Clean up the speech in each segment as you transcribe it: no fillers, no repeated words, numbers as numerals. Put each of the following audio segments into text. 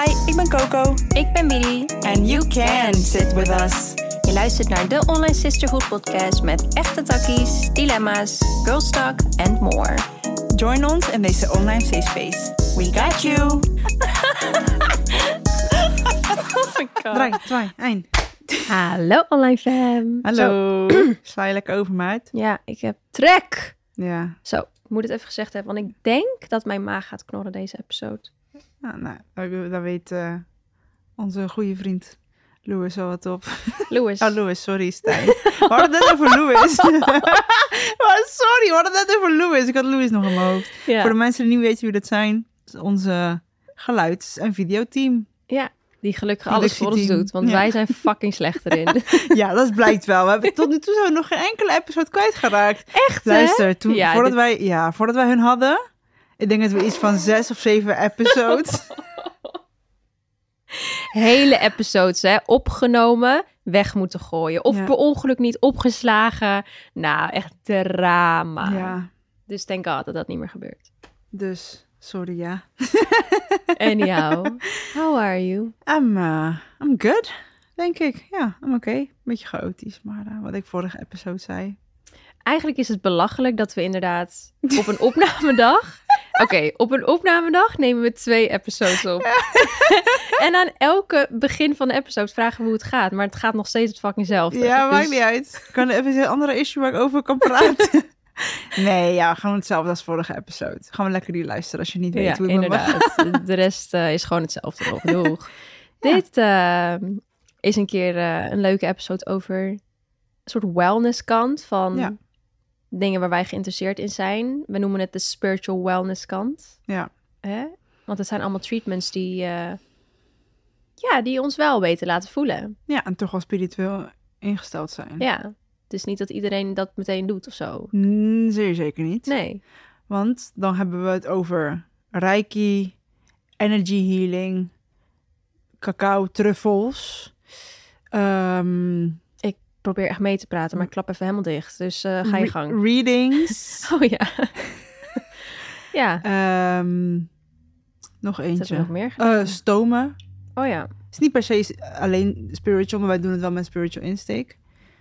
Hi, ik ben Coco. Ik ben Billy. And you can sit with us. Je luistert naar de Online Sisterhood podcast met echte takkies, dilemma's, girls talk and more. Join ons in deze online safe space. We got you. Oh my god. 3, 2, 1. Hallo online fam. Hallo. Sla je lekker over me uit? Ja, ik heb trek. Ja. Zo, ik moet het even gezegd hebben, want ik denk dat mijn maag gaat knorren deze episode. Nou, daar weet onze goede vriend Louis wel wat op. Louis. Oh, Louis, sorry, Stijn. We hadden het net over Louis. Sorry, we hadden het net over Louis. Ik had Louis nog in mijn hoofd. Ja. Voor de mensen die niet weten wie dat zijn, is onze geluids- en videoteam. Ja, die gelukkig alles voor ons Productieteam. doet, want Ja. wij zijn fucking slecht erin. Ja, dat blijkt wel. We hebben, tot nu toe zijn we nog geen enkele episode kwijtgeraakt. Echt, hè? Luister, toen, Ja, voordat wij hun hadden, ik denk dat we iets van 6 of 7 episodes. Hele episodes, hè, opgenomen, weg moeten gooien. Of Ja. per ongeluk niet opgeslagen. Nou, echt drama. Ja, Dus thank God dat dat niet meer gebeurt. dus, sorry, ja. Anyhow, how are you? I'm good, denk ik. Ja, I'm okay. Beetje chaotisch, maar wat ik vorige episode zei. Eigenlijk is het belachelijk dat we inderdaad op een opnamedag... Oké, op een opnamedag nemen we 2 episodes op. En aan elke begin van de episode vragen we hoe het gaat. Maar het gaat nog steeds het fuckingzelfde. Ja, Dus- maakt niet uit. Kan er even een andere issue waar ik over kan praten? Nee, ja, gewoon hetzelfde als vorige episode. Gaan we lekker die luisteren als je niet weet Ja, hoe ik me inderdaad. De rest is gewoon hetzelfde nog. Doeg. Ja. Dit is een keer een leuke episode over een soort wellness kant van Ja. dingen waar wij geïnteresseerd in zijn. We noemen het de spiritual wellness kant. Ja. Hè? Want het zijn allemaal treatments die ons wel weten laten voelen. Ja, en toch wel spiritueel ingesteld zijn. Ja, het is niet dat iedereen dat meteen doet of zo. Zeer zeker niet. Nee. Want dan hebben we het over reiki, energy healing, cacao, truffels. Ik probeer echt mee te praten, maar ik klap even helemaal dicht. Dus ga je gang. Readings. Oh ja. Ja. Nog Wat hebben eentje. we nog meer gedaan? Stomen. Oh ja. Het is niet per se alleen spiritual, maar wij doen het wel met spiritual insteek.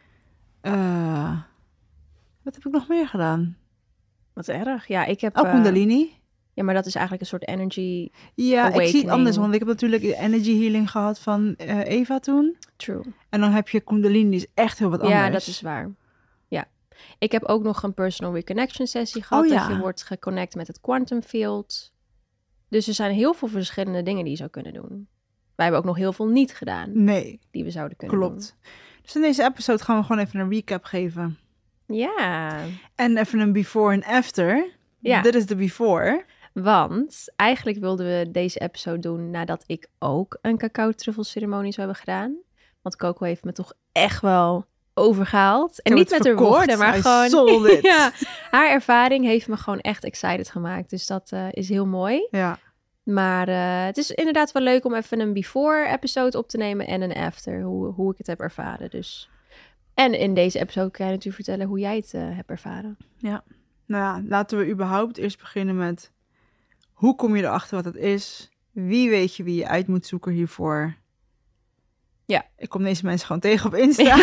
Wat heb ik nog meer gedaan? Wat erg. Ja, ik heb... Oh, Kundalini. Ja, maar dat is eigenlijk een soort energy... Ja, ik zie het awakening. anders, want ik heb natuurlijk de energy healing gehad van Eva toen. True. En dan heb je Kundalini, die is echt heel wat anders. Ja, dat is waar. Ja. Ik heb ook nog een personal reconnection sessie gehad. Oh, ja. Dat je wordt geconnect met het quantum field. Dus er zijn heel veel verschillende dingen die je zou kunnen doen. Wij hebben ook nog heel veel niet gedaan Nee, die we zouden kunnen klopt. Dus in deze episode gaan we gewoon even een recap geven. doen. Ja. En even een before en after. Ja. Dit is de before. Want eigenlijk wilden we deze episode doen nadat ik ook een cacao-truffelceremonie zou hebben gedaan. Want Coco heeft me toch echt wel overgehaald. En heb niet het met haar verkocht. woorden, maar I gewoon... sold it. Ja, haar ervaring heeft me gewoon echt excited gemaakt. Dus dat is heel mooi. Ja. Maar het is inderdaad wel leuk om even een before-episode op te nemen en een after. Hoe ik het heb ervaren. Dus. En in deze episode kan je natuurlijk vertellen hoe jij het hebt ervaren. Ja. Nou ja, laten we überhaupt eerst beginnen met... Hoe kom je erachter wat het is? Wie weet je wie je uit moet zoeken hiervoor? Ja. Ik kom deze mensen gewoon tegen op Insta.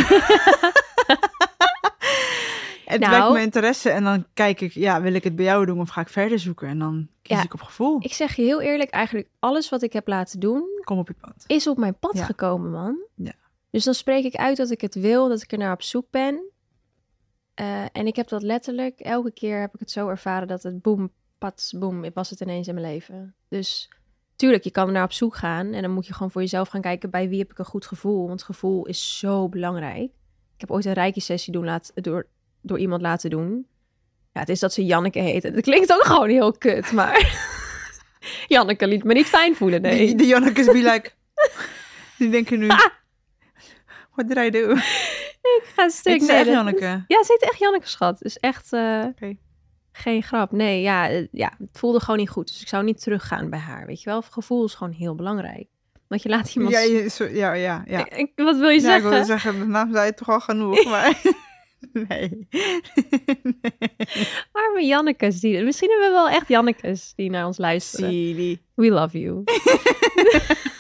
Het Nou, wekt mijn interesse en dan kijk ik... Ja, wil ik het bij jou doen of ga ik verder zoeken? En dan kies Ja. ik op gevoel. Ik zeg je heel eerlijk, eigenlijk alles wat ik heb laten doen... Kom op je pad. is op mijn pad Ja. gekomen, man. Ja. Dus dan spreek ik uit dat ik het wil, dat ik er naar op zoek ben. En ik heb dat letterlijk, elke keer heb ik het zo ervaren dat het boem, pats, boem, was het ineens in mijn leven. Dus tuurlijk, je kan er naar op zoek gaan en dan moet je gewoon voor jezelf gaan kijken bij wie heb ik een goed gevoel. Want gevoel is zo belangrijk. Ik heb ooit een reiki-sessie door iemand laten doen. Ja, het is dat ze Janneke heet. En dat klinkt ook gewoon heel kut, maar Janneke liet me niet fijn voelen, nee. De Jannekes be like... Die denken nu... What did I do? Ik ga stuk. Ik Nee, zeg dat- Janneke. Ja, ze heet echt Janneke, schat. Dus echt Oké. geen grap. Nee, ja, het voelde gewoon niet goed. Dus ik zou niet teruggaan bij haar, weet je wel. Gevoel is gewoon heel belangrijk. Want je laat iemand... Ja. Wat wil je Ja, ik zeggen? wilde zeggen, de naam zei het toch al genoeg, maar... Nee. Arme Jannekes. Misschien hebben we wel echt Jannekes die naar ons luisteren. Silly. We love you.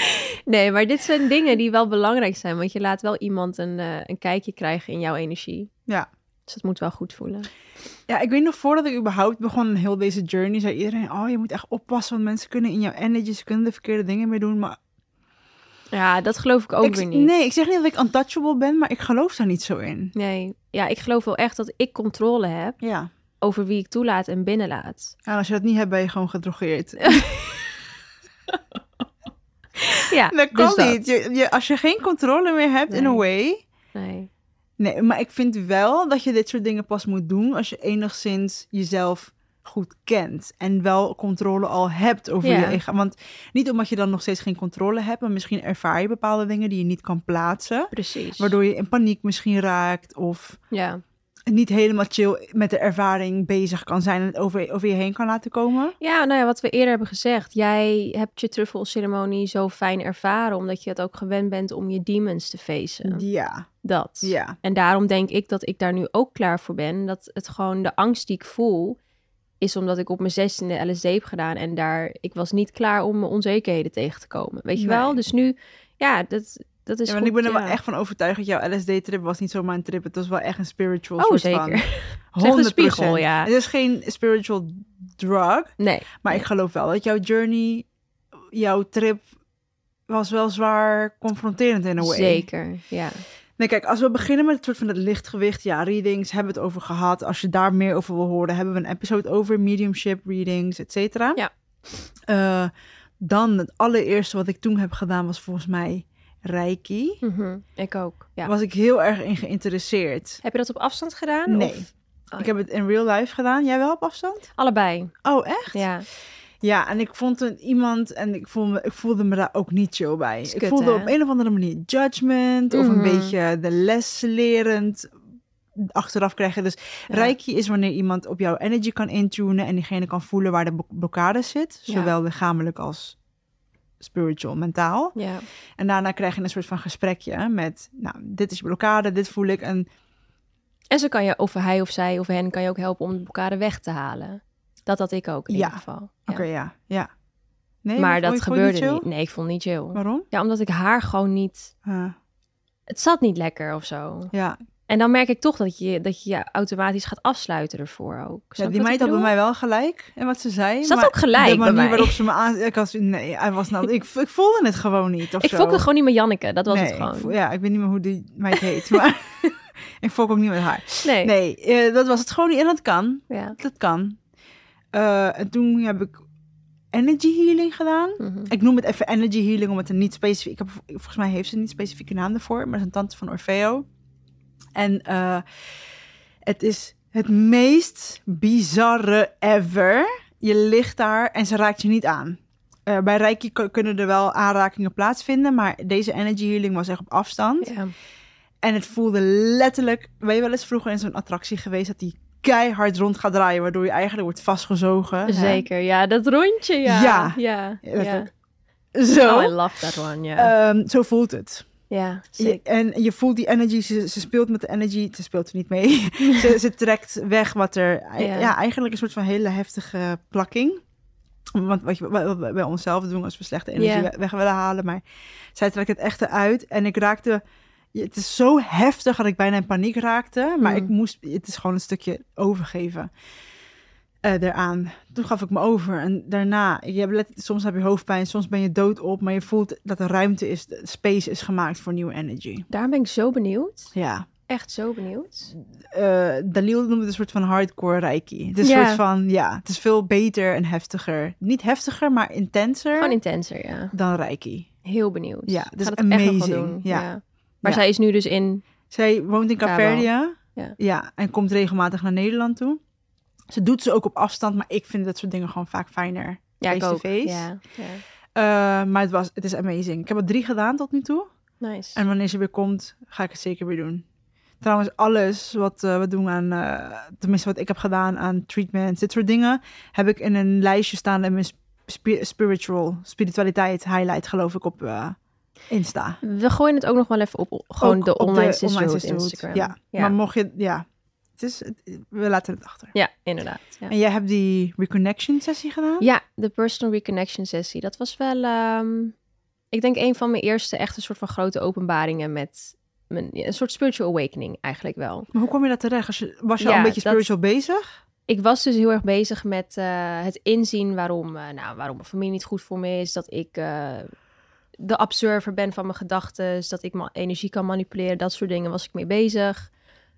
Nee, maar dit zijn dingen die wel belangrijk zijn. Want je laat wel iemand een kijkje krijgen in jouw energie. Ja. Dus dat moet wel goed voelen. Ja, ik weet nog voordat ik überhaupt begon aan heel deze journey, zei iedereen, oh, je moet echt oppassen, want mensen kunnen in jouw energy, ze kunnen de verkeerde dingen mee doen, maar... Ja, dat geloof ik ook weer niet. Nee, ik zeg niet dat ik untouchable ben, maar ik geloof daar niet zo in. Nee, ja, ik geloof wel echt dat ik controle heb Ja. over wie ik toelaat en binnenlaat. En als je dat niet hebt, ben je gewoon gedrogeerd. Ja, Dat kan dus niet. Als je geen controle meer hebt, in a way... Nee, maar ik vind wel dat je dit soort dingen pas moet doen als je enigszins jezelf goed kent. En wel controle al hebt over je eigen... Want niet omdat je dan nog steeds geen controle hebt, maar misschien ervaar je bepaalde dingen die je niet kan plaatsen. Precies. Waardoor je in paniek misschien raakt of niet helemaal chill met de ervaring bezig kan zijn en het over je heen kan laten komen. Ja, nou ja, wat we eerder hebben gezegd. Jij hebt je truffelceremonie zo fijn ervaren, omdat je het ook gewend bent om je demons te facen. Ja. Dat. Ja. En daarom denk ik dat ik daar nu ook klaar voor ben. Dat het gewoon de angst die ik voel, is omdat ik op mijn 16e LSD heb gedaan. En ik was niet klaar om mijn onzekerheden tegen te komen. Weet je wel? Dus nu, ja, dat is want goed, ik ben er wel echt van overtuigd dat jouw LSD-trip was niet zomaar een trip. Het was wel echt een spiritual soort zeker. van. 100%. Zeg de spiegel, ja. Het is geen spiritual drug. Nee. Maar ik geloof wel dat jouw journey, jouw trip, was wel zwaar confronterend in a way. Zeker, ja. Nee, kijk, als we beginnen met het soort van het lichtgewicht, readings, hebben we het over gehad. Als je daar meer over wil horen, hebben we een episode over mediumship, readings, et cetera. Ja. Dan het allereerste wat ik toen heb gedaan was volgens mij Reiki. Ik ook, ja. Was ik heel erg in geïnteresseerd. Heb je dat op afstand gedaan? Nee. Of? Ik heb het in real life gedaan. Jij wel op afstand? Allebei. Oh, echt? Ja. Ja, en ik vond iemand en ik voelde me daar ook niet chill bij. Skut, ik voelde hè? op een of andere manier judgment of een beetje de les lerend achteraf krijgen. Dus Reiki is wanneer iemand op jouw energy kan intunen en diegene kan voelen waar de blokkade zit. Zowel lichamelijk als spiritual, mentaal. Ja. En daarna krijg je een soort van gesprekje met, nou, dit is je blokkade, dit voel ik. En zo kan je, of hij of zij of hen, kan je ook helpen om de blokkade weg te halen. Dat had ik ook in ieder geval. Ja. Oké, ja. Nee, maar dat gebeurde niet. Nee, ik vond het niet chill. Waarom? Ja, omdat ik haar gewoon niet... Het zat niet lekker of zo. Ja. En dan merk ik toch dat je automatisch gaat afsluiten ervoor ook. Ja, die meid had bij mij wel gelijk en wat ze zei. Ze had ook gelijk de manier bij mij. waarop ze me aan... ik voelde het gewoon niet. Ik fokte gewoon niet met Janneke, dat was het gewoon. Ik weet niet meer hoe die meid heet, maar ik fok ook niet met haar. Nee, dat was het gewoon niet en dat kan. Ja. Dat kan. En toen heb ik energy healing gedaan. Ik noem het even energy healing, omdat het niet specifiek... Volgens mij heeft ze niet specifieke naam ervoor, maar het is een tante van Orfeo. En het is het meest bizarre ever. Je ligt daar en ze raakt je niet aan. Bij Reiki kunnen er wel aanrakingen plaatsvinden, maar deze energy healing was echt op afstand. Ja. En het voelde letterlijk... Ben je wel eens vroeger in zo'n attractie geweest dat die keihard rond gaat draaien, waardoor je eigenlijk wordt vastgezogen? Zeker, ja. Dat rondje, ja. Zo. Oh, I love that one, ja. Zo voelt het. Ja, en je voelt die energy, ze speelt met de energy, ze speelt er niet mee. ze trekt weg wat er, eigenlijk een soort van hele heftige plakking. Want wat we bij onszelf doen als we slechte energie weg willen halen, maar zij trekt het echt eruit. En ik raakte, het is zo heftig dat ik bijna in paniek raakte, maar het is gewoon een stukje overgeven. Eraan. Toen gaf ik me over. En daarna, soms heb je hoofdpijn, soms ben je doodop, maar je voelt dat er ruimte is, de space is gemaakt voor nieuwe energy. Daar ben ik zo benieuwd. Ja. Echt zo benieuwd. Dalil noemde het een soort van hardcore Reiki. Het is een soort van, het is veel beter en heftiger. Niet heftiger, maar intenser. Gewoon intenser, ja. Dan Reiki. Heel benieuwd. Ja, dat is het amazing. Echt nog wel doen. Ja. Maar zij is nu dus in... Zij woont in Kaapverdië. Ja. En komt regelmatig naar Nederland toe. Ze doet ze ook op afstand, maar ik vind dat soort dingen gewoon vaak fijner. Face-to-face. Ja. Maar het is amazing. Ik heb er 3 gedaan tot nu toe. Nice. En wanneer ze weer komt, ga ik het zeker weer doen. Trouwens, alles wat we doen aan... tenminste, wat ik heb gedaan aan treatments, dit soort dingen, heb ik in een lijstje staan in mijn spiritualiteit highlight, geloof ik, op Insta. We gooien het ook nog wel even op gewoon de online sisterhood Instagram. Ja, maar mocht je... we laten het achter. Ja, inderdaad. Ja. En jij hebt die reconnection sessie gedaan? Ja, de personal reconnection sessie. Dat was wel... Ik denk een van mijn eerste echt een soort van grote openbaringen met een soort spiritual awakening eigenlijk wel. Maar hoe kwam je dat terecht? Was je al een beetje spiritual bezig? Ik was dus heel erg bezig met het inzien waarom mijn familie niet goed voor me is. Dat ik de observer ben van mijn gedachten. Dat ik energie kan manipuleren. Dat soort dingen was ik mee bezig.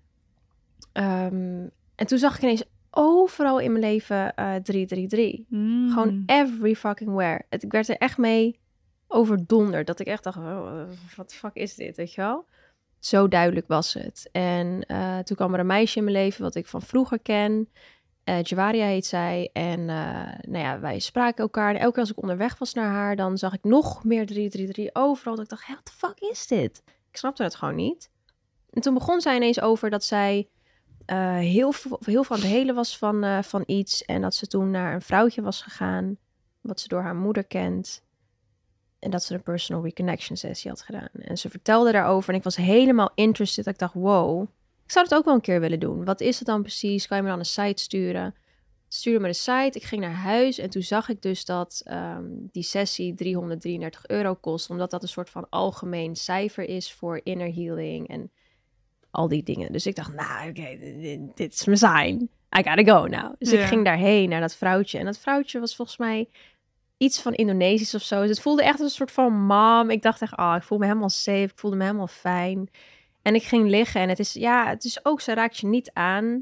En toen zag ik ineens overal in mijn leven 333. Gewoon every fucking where. Ik werd er echt mee overdonderd. Dat ik echt dacht, wat de fuck is dit, weet je wel? Zo duidelijk was het. En toen kwam er een meisje in mijn leven wat ik van vroeger ken. Javaria heet zij. En wij spraken elkaar. En elke keer als ik onderweg was naar haar, dan zag ik nog meer 333 overal. Dat ik dacht, what the fuck is dit? Ik snapte het gewoon niet. En toen begon zij ineens over dat zij heel veel aan het helen was van iets. En dat ze toen naar een vrouwtje was gegaan, wat ze door haar moeder kent. En dat ze een personal reconnection sessie had gedaan. En ze vertelde daarover en ik was helemaal interested. Ik dacht, wow, ik zou het ook wel een keer willen doen. Wat is het dan precies? Kan je me dan een site sturen? Stuurde me de site, ik ging naar huis en toen zag ik dus dat die sessie €333 kost. Omdat dat een soort van algemeen cijfer is voor inner healing en al die dingen. Dus ik dacht, oké, dit is mijn sign. I gotta go now. Dus ik ging daarheen, naar dat vrouwtje. En dat vrouwtje was volgens mij iets van Indonesisch of zo. Dus het voelde echt als een soort van mom. Ik dacht echt, ik voel me helemaal safe. Ik voelde me helemaal fijn. En ik ging liggen en het is ook, ze raakt je niet aan.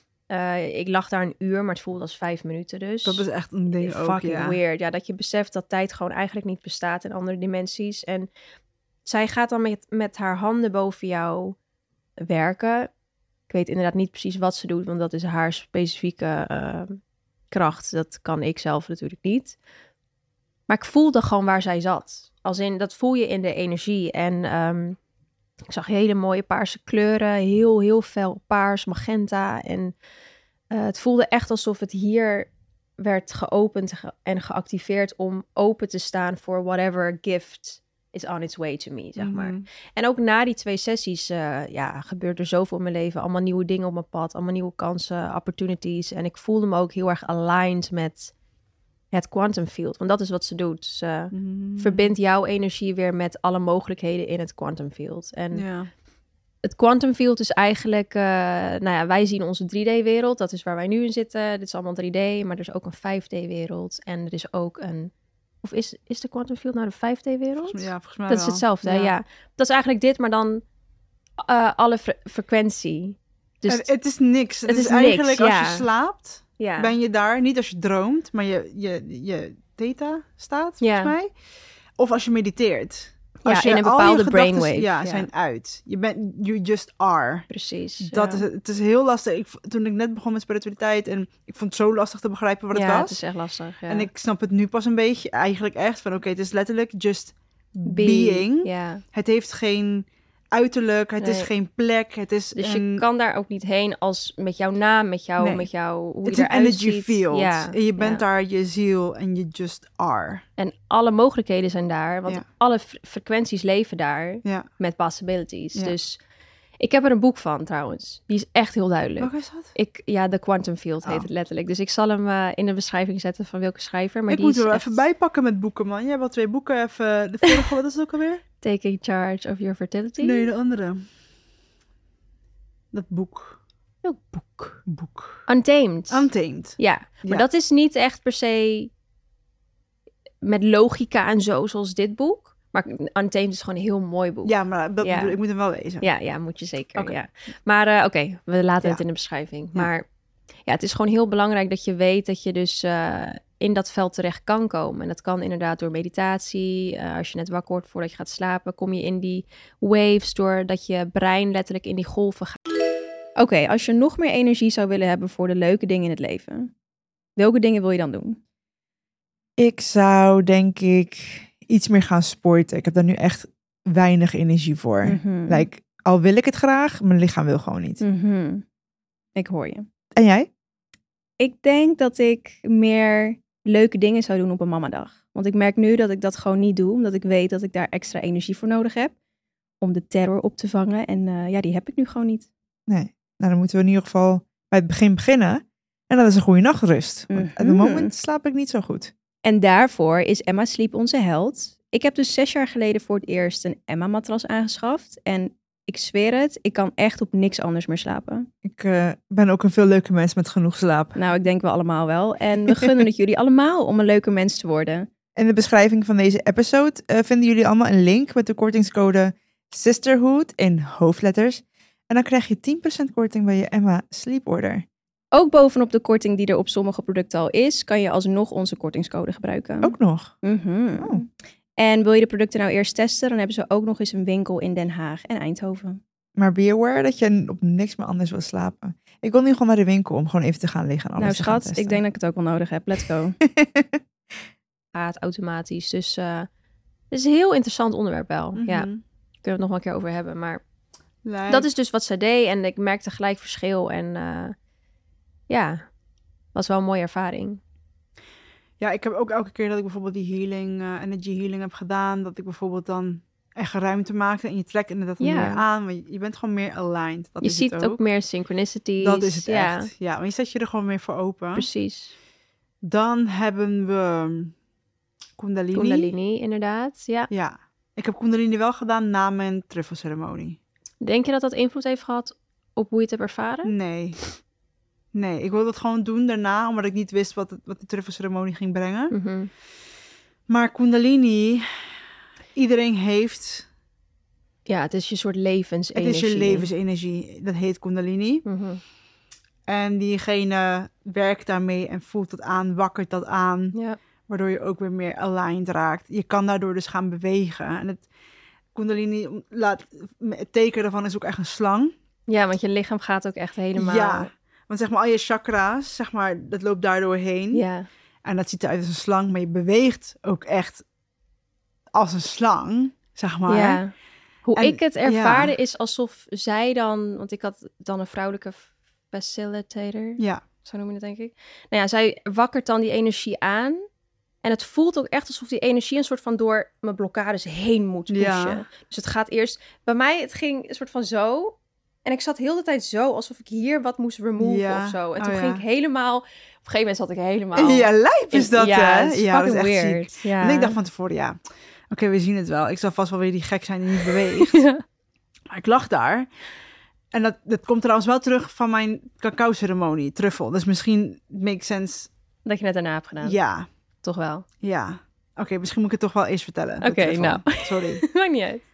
Ik lag daar 1 uur, maar het voelde als 5 minuten dus. Dat is echt een ding ook, fucking weird. Ja, dat je beseft dat tijd gewoon eigenlijk niet bestaat in andere dimensies. En zij gaat dan met haar handen boven jou werken. Ik weet inderdaad niet precies wat ze doet, want dat is haar specifieke kracht. Dat kan ik zelf natuurlijk niet. Maar ik voelde gewoon waar zij zat. Als in, dat voel je in de energie. En ik zag hele mooie paarse kleuren. Heel, heel fel paars, magenta. En het voelde echt alsof het hier werd geopend en geactiveerd om open te staan voor whatever gift is on its way to me, zeg maar. En ook na die 2 sessies gebeurde er zoveel in mijn leven. Allemaal nieuwe dingen op mijn pad. Allemaal nieuwe kansen, opportunities. En ik voelde me ook heel erg aligned met het quantum field. Want dat is wat ze doet. Ze verbindt jouw energie weer met alle mogelijkheden in het quantum field. En het quantum field is eigenlijk, wij zien onze 3D-wereld. Dat is waar wij nu in zitten. Dit is allemaal 3D, maar er is ook een 5D-wereld. En er is ook een... Of is de quantum field nou de 5D-wereld? Volgens mij dat is hetzelfde, ja. Dat is eigenlijk dit, maar dan alle frequentie. Dus het is niks. Het is eigenlijk als je slaapt, ben je daar. Niet als je droomt, maar je theta staat, volgens mij. Of als je mediteert. Als je in een bepaalde brainwave. Zijn uit. You just are. Precies. Het is heel lastig. Toen ik net begon met spiritualiteit en ik vond het zo lastig te begrijpen wat het was. Ja, het is echt lastig. Ja. En ik snap het nu pas een beetje. Eigenlijk echt van oké, het is letterlijk just being. Ja. Het heeft geen uiterlijk, het is geen plek. Het is dus je kan daar ook niet heen als met jouw naam, met jou, hoe het je eruit ziet. Het is een energy field. Ja. En je bent daar je ziel en je just are. En alle mogelijkheden zijn daar, want alle frequenties leven daar met possibilities. Ja. Dus ik heb er een boek van trouwens. Die is echt heel duidelijk. Welke is dat? The Quantum Field heet het letterlijk. Dus ik zal hem in de beschrijving zetten van welke schrijver. Maar ik moet er wel even bijpakken met boeken, man. Jij hebt al 2 boeken. Even de vorige, wat is het ook alweer? Taking Charge of Your Fertility? Nee, de andere. Dat boek. Welk boek? Untamed. Ja, maar dat is niet echt per se met logica en zo, zoals dit boek. Maar Untamed is gewoon een heel mooi boek. Ja, maar ik moet hem wel lezen. Ja, moet je zeker. Okay. Ja. Maar we laten het in de beschrijving. Ja. Maar het is gewoon heel belangrijk dat je weet dat je dus in dat veld terecht kan komen. En dat kan inderdaad door meditatie. Als je net wakker wordt voordat je gaat slapen, kom je in die waves doordat je brein letterlijk in die golven gaat. Oké, als je nog meer energie zou willen hebben voor de leuke dingen in het leven, welke dingen wil je dan doen? Ik zou denk ik iets meer gaan sporten. Ik heb daar nu echt weinig energie voor. Mm-hmm. Al wil ik het graag, mijn lichaam wil gewoon niet. Mm-hmm. Ik hoor je. En jij? Ik denk dat ik meer leuke dingen zou doen op een mamadag. Want ik merk nu dat ik dat gewoon niet doe, omdat ik weet dat ik daar extra energie voor nodig heb om de terror op te vangen. En die heb ik nu gewoon niet. Nee, dan moeten we in ieder geval bij het begin beginnen. En dat is een goede nachtrust. Want op het moment slaap ik niet zo goed. En daarvoor is Emma Sleep onze held. Ik heb dus 6 jaar geleden voor het eerst een Emma-matras aangeschaft. En ik zweer het, ik kan echt op niks anders meer slapen. Ik ben ook een veel leuke mens met genoeg slaap. Nou, ik denk we allemaal wel. En we gunnen het jullie allemaal om een leuke mens te worden. In de beschrijving van deze episode vinden jullie allemaal een link met de kortingscode Sisterhood in hoofdletters. En dan krijg je 10% korting bij je Emma Sleep Order. Ook bovenop de korting die er op sommige producten al is, kan je alsnog onze kortingscode gebruiken. Ook nog. Oh. En wil je de producten nou eerst testen, dan hebben ze ook nog eens een winkel in Den Haag en Eindhoven. Maar be aware dat je op niks meer anders wil slapen. Ik wil nu gewoon naar de winkel om gewoon even te gaan liggen en alles te gaan Nou schat, testen. ik denk dat ik het ook wel nodig heb. Let's go. Gaat automatisch. Dus het is een heel interessant onderwerp wel. Ja, daar kunnen we het nog wel een keer over hebben. Maar dat is dus wat zij deed. En ik merkte gelijk verschil. En was wel een mooie ervaring. Ja, ik heb ook elke keer dat ik bijvoorbeeld die healing, energy healing heb gedaan, dat ik bijvoorbeeld dan echt ruimte maakte en je trekt inderdaad meer aan, maar je bent gewoon meer aligned. Dat je is ziet het ook meer synchronicities. Dat is het echt. Ja, maar je zet je er gewoon meer voor open. Precies. Dan hebben we Kundalini. Kundalini, inderdaad. Ja. Ja, ik heb Kundalini wel gedaan na mijn truffelceremonie. Denk je dat dat invloed heeft gehad op hoe je het hebt ervaren? Nee, ik wilde het gewoon doen daarna, omdat ik niet wist wat de truffelceremonie ging brengen. Mm-hmm. Maar Kundalini, iedereen heeft... Ja, het is je soort levensenergie. Het is je levensenergie, dat heet Kundalini. Mm-hmm. En diegene werkt daarmee en voelt dat aan, wakkert dat aan. Ja. Waardoor je ook weer meer aligned raakt. Je kan daardoor dus gaan bewegen. En het Kundalini, het teken daarvan is ook echt een slang. Ja, want je lichaam gaat ook echt helemaal... Ja, want zeg maar al je chakra's, zeg maar, dat loopt daardoor heen. Ja. En dat ziet eruit als een slang, maar je beweegt ook echt als een slang, zeg maar. Ja. Hoe ik het ervaarde is alsof zij dan... Want ik had dan een vrouwelijke facilitator. Ja. Zo noem je het, denk ik. Nou ja, zij wakkert dan die energie aan. En het voelt ook echt alsof die energie een soort van door mijn blokkades heen moet pushen. Ja. Dus het gaat eerst... Bij mij, het ging een soort van zo... En ik zat heel de tijd zo, alsof ik hier wat moest removen of zo. En toen ging ik helemaal... Op een gegeven moment zat ik helemaal... Ja, lijp is dat, hè? Ja, dat is echt weird. Ziek. Ja. En ik dacht van tevoren, oké, we zien het wel. Ik zal vast wel weer die gek zijn die niet beweegt. Maar ik lag daar. En dat komt trouwens wel terug van mijn cacao-ceremonie, truffel. Dus misschien makes sense... Dat je net daarna hebt gedaan. Ja. Toch wel? Ja. Oké, misschien moet ik het toch wel eerst vertellen. Oké, nou. Sorry. Maakt niet uit.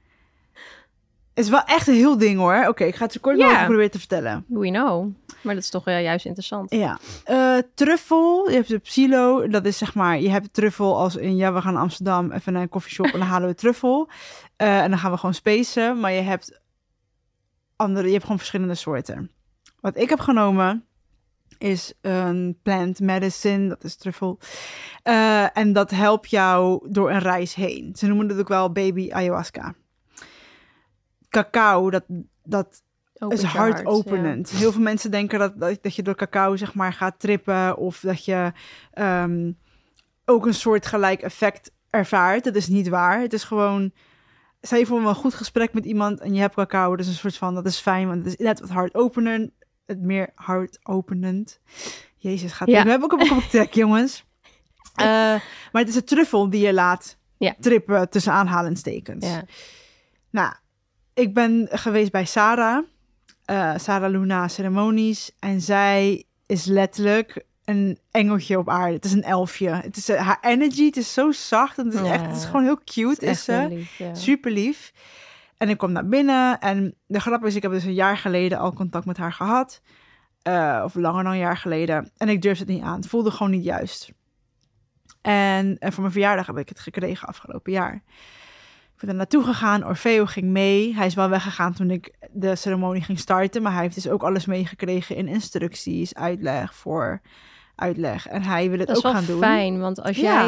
Het is wel echt een heel ding, hoor. Oké, ik ga het zo kort mogelijk proberen te vertellen. We know. Maar dat is toch juist interessant. Ja. Truffel, je hebt de Psylo. Dat is zeg maar, je hebt truffel als in... Ja, we gaan naar Amsterdam, even naar een koffieshop en dan halen we truffel. En dan gaan we gewoon spacen. Maar je hebt gewoon verschillende soorten. Wat ik heb genomen is een plant medicine. Dat is truffel. En dat helpt jou door een reis heen. Ze noemen het ook wel baby ayahuasca. Cacao, dat is hartopenend. Ja. Heel veel mensen denken dat je door cacao zeg maar gaat trippen of dat je ook een soort gelijk effect ervaart. Dat is niet waar. Het is gewoon, stel je voor een goed gesprek met iemand en je hebt cacao. Dus een soort van, dat is fijn, want het is net wat hartopenend. Het meer hartopenend. Jezus, gaat we hebben ook een trek, jongens. Maar het is een truffel die je laat trippen tussen aanhalingstekens. Ja. Nou, ik ben geweest bij Sarah Luna Ceremonies. En zij is letterlijk een engeltje op aarde. Het is een elfje. Het is haar energy. Het is zo zacht. Het is echt. Het is gewoon heel cute. Is ze lief, super lief. En ik kwam naar binnen. En de grap is, ik heb dus een jaar geleden al contact met haar gehad. Of langer dan een jaar geleden. En ik durfde het niet aan. Het voelde gewoon niet juist. En voor mijn verjaardag heb ik het gekregen afgelopen jaar. Ik ben er naartoe gegaan. Orfeo ging mee. Hij is wel weggegaan toen ik de ceremonie ging starten. Maar hij heeft dus ook alles meegekregen in instructies, uitleg. En hij wil het ook gaan doen. Dat is wel fijn, want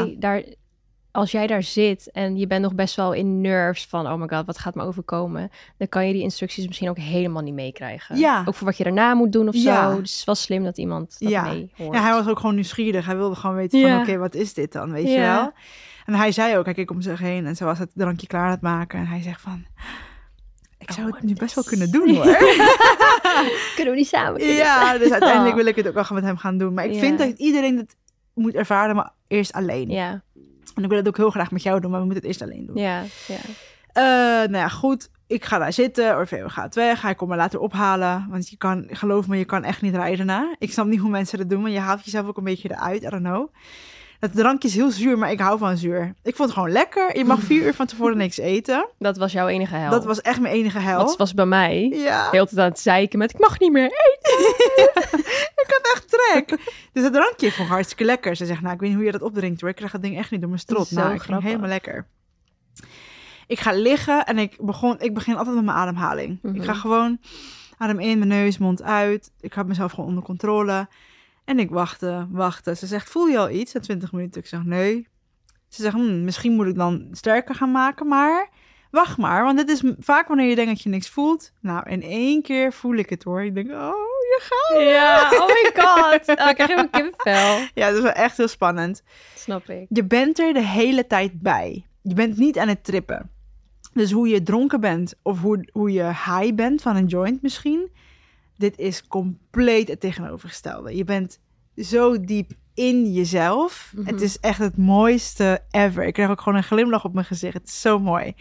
als jij daar zit en je bent nog best wel in nerves van... oh my god, wat gaat me overkomen? Dan kan je die instructies misschien ook helemaal niet meekrijgen. Ja. Ook voor wat je daarna moet doen of zo. Dus het is wel slim dat iemand dat mee hoort. Ja, hij was ook gewoon nieuwsgierig. Hij wilde gewoon weten van oké, wat is dit dan? Weet je wel? En hij zei ook, hij keek om zich heen en ze was het drankje klaar aan het maken. En hij zegt van, ik zou het nu best wel kunnen doen, hoor. Kunnen we niet samen doen? Ja, dus uiteindelijk wil ik het ook wel met hem gaan doen. Maar ik vind dat iedereen het moet ervaren, maar eerst alleen. Ja. En ik wil het ook heel graag met jou doen, maar we moeten het eerst alleen doen. Ja. Nou ja, goed. Ik ga daar zitten. Orfeo gaat weg. Hij komt me later ophalen. Want geloof me, je kan echt niet rijden na. Ik snap niet hoe mensen dat doen, maar je haalt jezelf ook een beetje eruit. I don't know. Het drankje is heel zuur, maar ik hou van zuur. Ik vond het gewoon lekker. Je mag 4 uur van tevoren niks eten. Dat was jouw enige hel. Dat was echt mijn enige hel. Dat was bij mij. Ja. Heel de tijd aan het zeiken met, ik mag niet meer eten. Ik had echt trek. Dus het drankje vond ik hartstikke lekker. Ze zegt, nou, ik weet niet hoe je dat opdrinkt hoor. Ik krijg dat ding echt niet door mijn strot. Zo Nou, ik ging grappig. helemaal lekker. Ik ga liggen en ik begin altijd met mijn ademhaling. Mhm. Ik ga gewoon adem in, mijn neus, mond uit. Ik had mezelf gewoon onder controle. En ik wachten. Ze zegt, voel je al iets? Na 20 minuten. Ik zeg, nee. Ze zegt, misschien moet ik dan sterker gaan maken, maar wacht maar. Want dit is vaak wanneer je denkt dat je niks voelt. Nou, in 1 keer voel ik het hoor. Ik denk, oh, je gaat. Ja, oh my god. Oh, ik krijg helemaal kippenvel. Ja, dat is wel echt heel spannend. Snap ik. Je bent er de hele tijd bij. Je bent niet aan het trippen. Dus hoe je dronken bent of hoe je high bent van een joint misschien. Dit is compleet het tegenovergestelde. Je bent zo diep in jezelf. Mhm. Het is echt het mooiste ever. Ik krijg ook gewoon een glimlach op mijn gezicht. Het is zo mooi.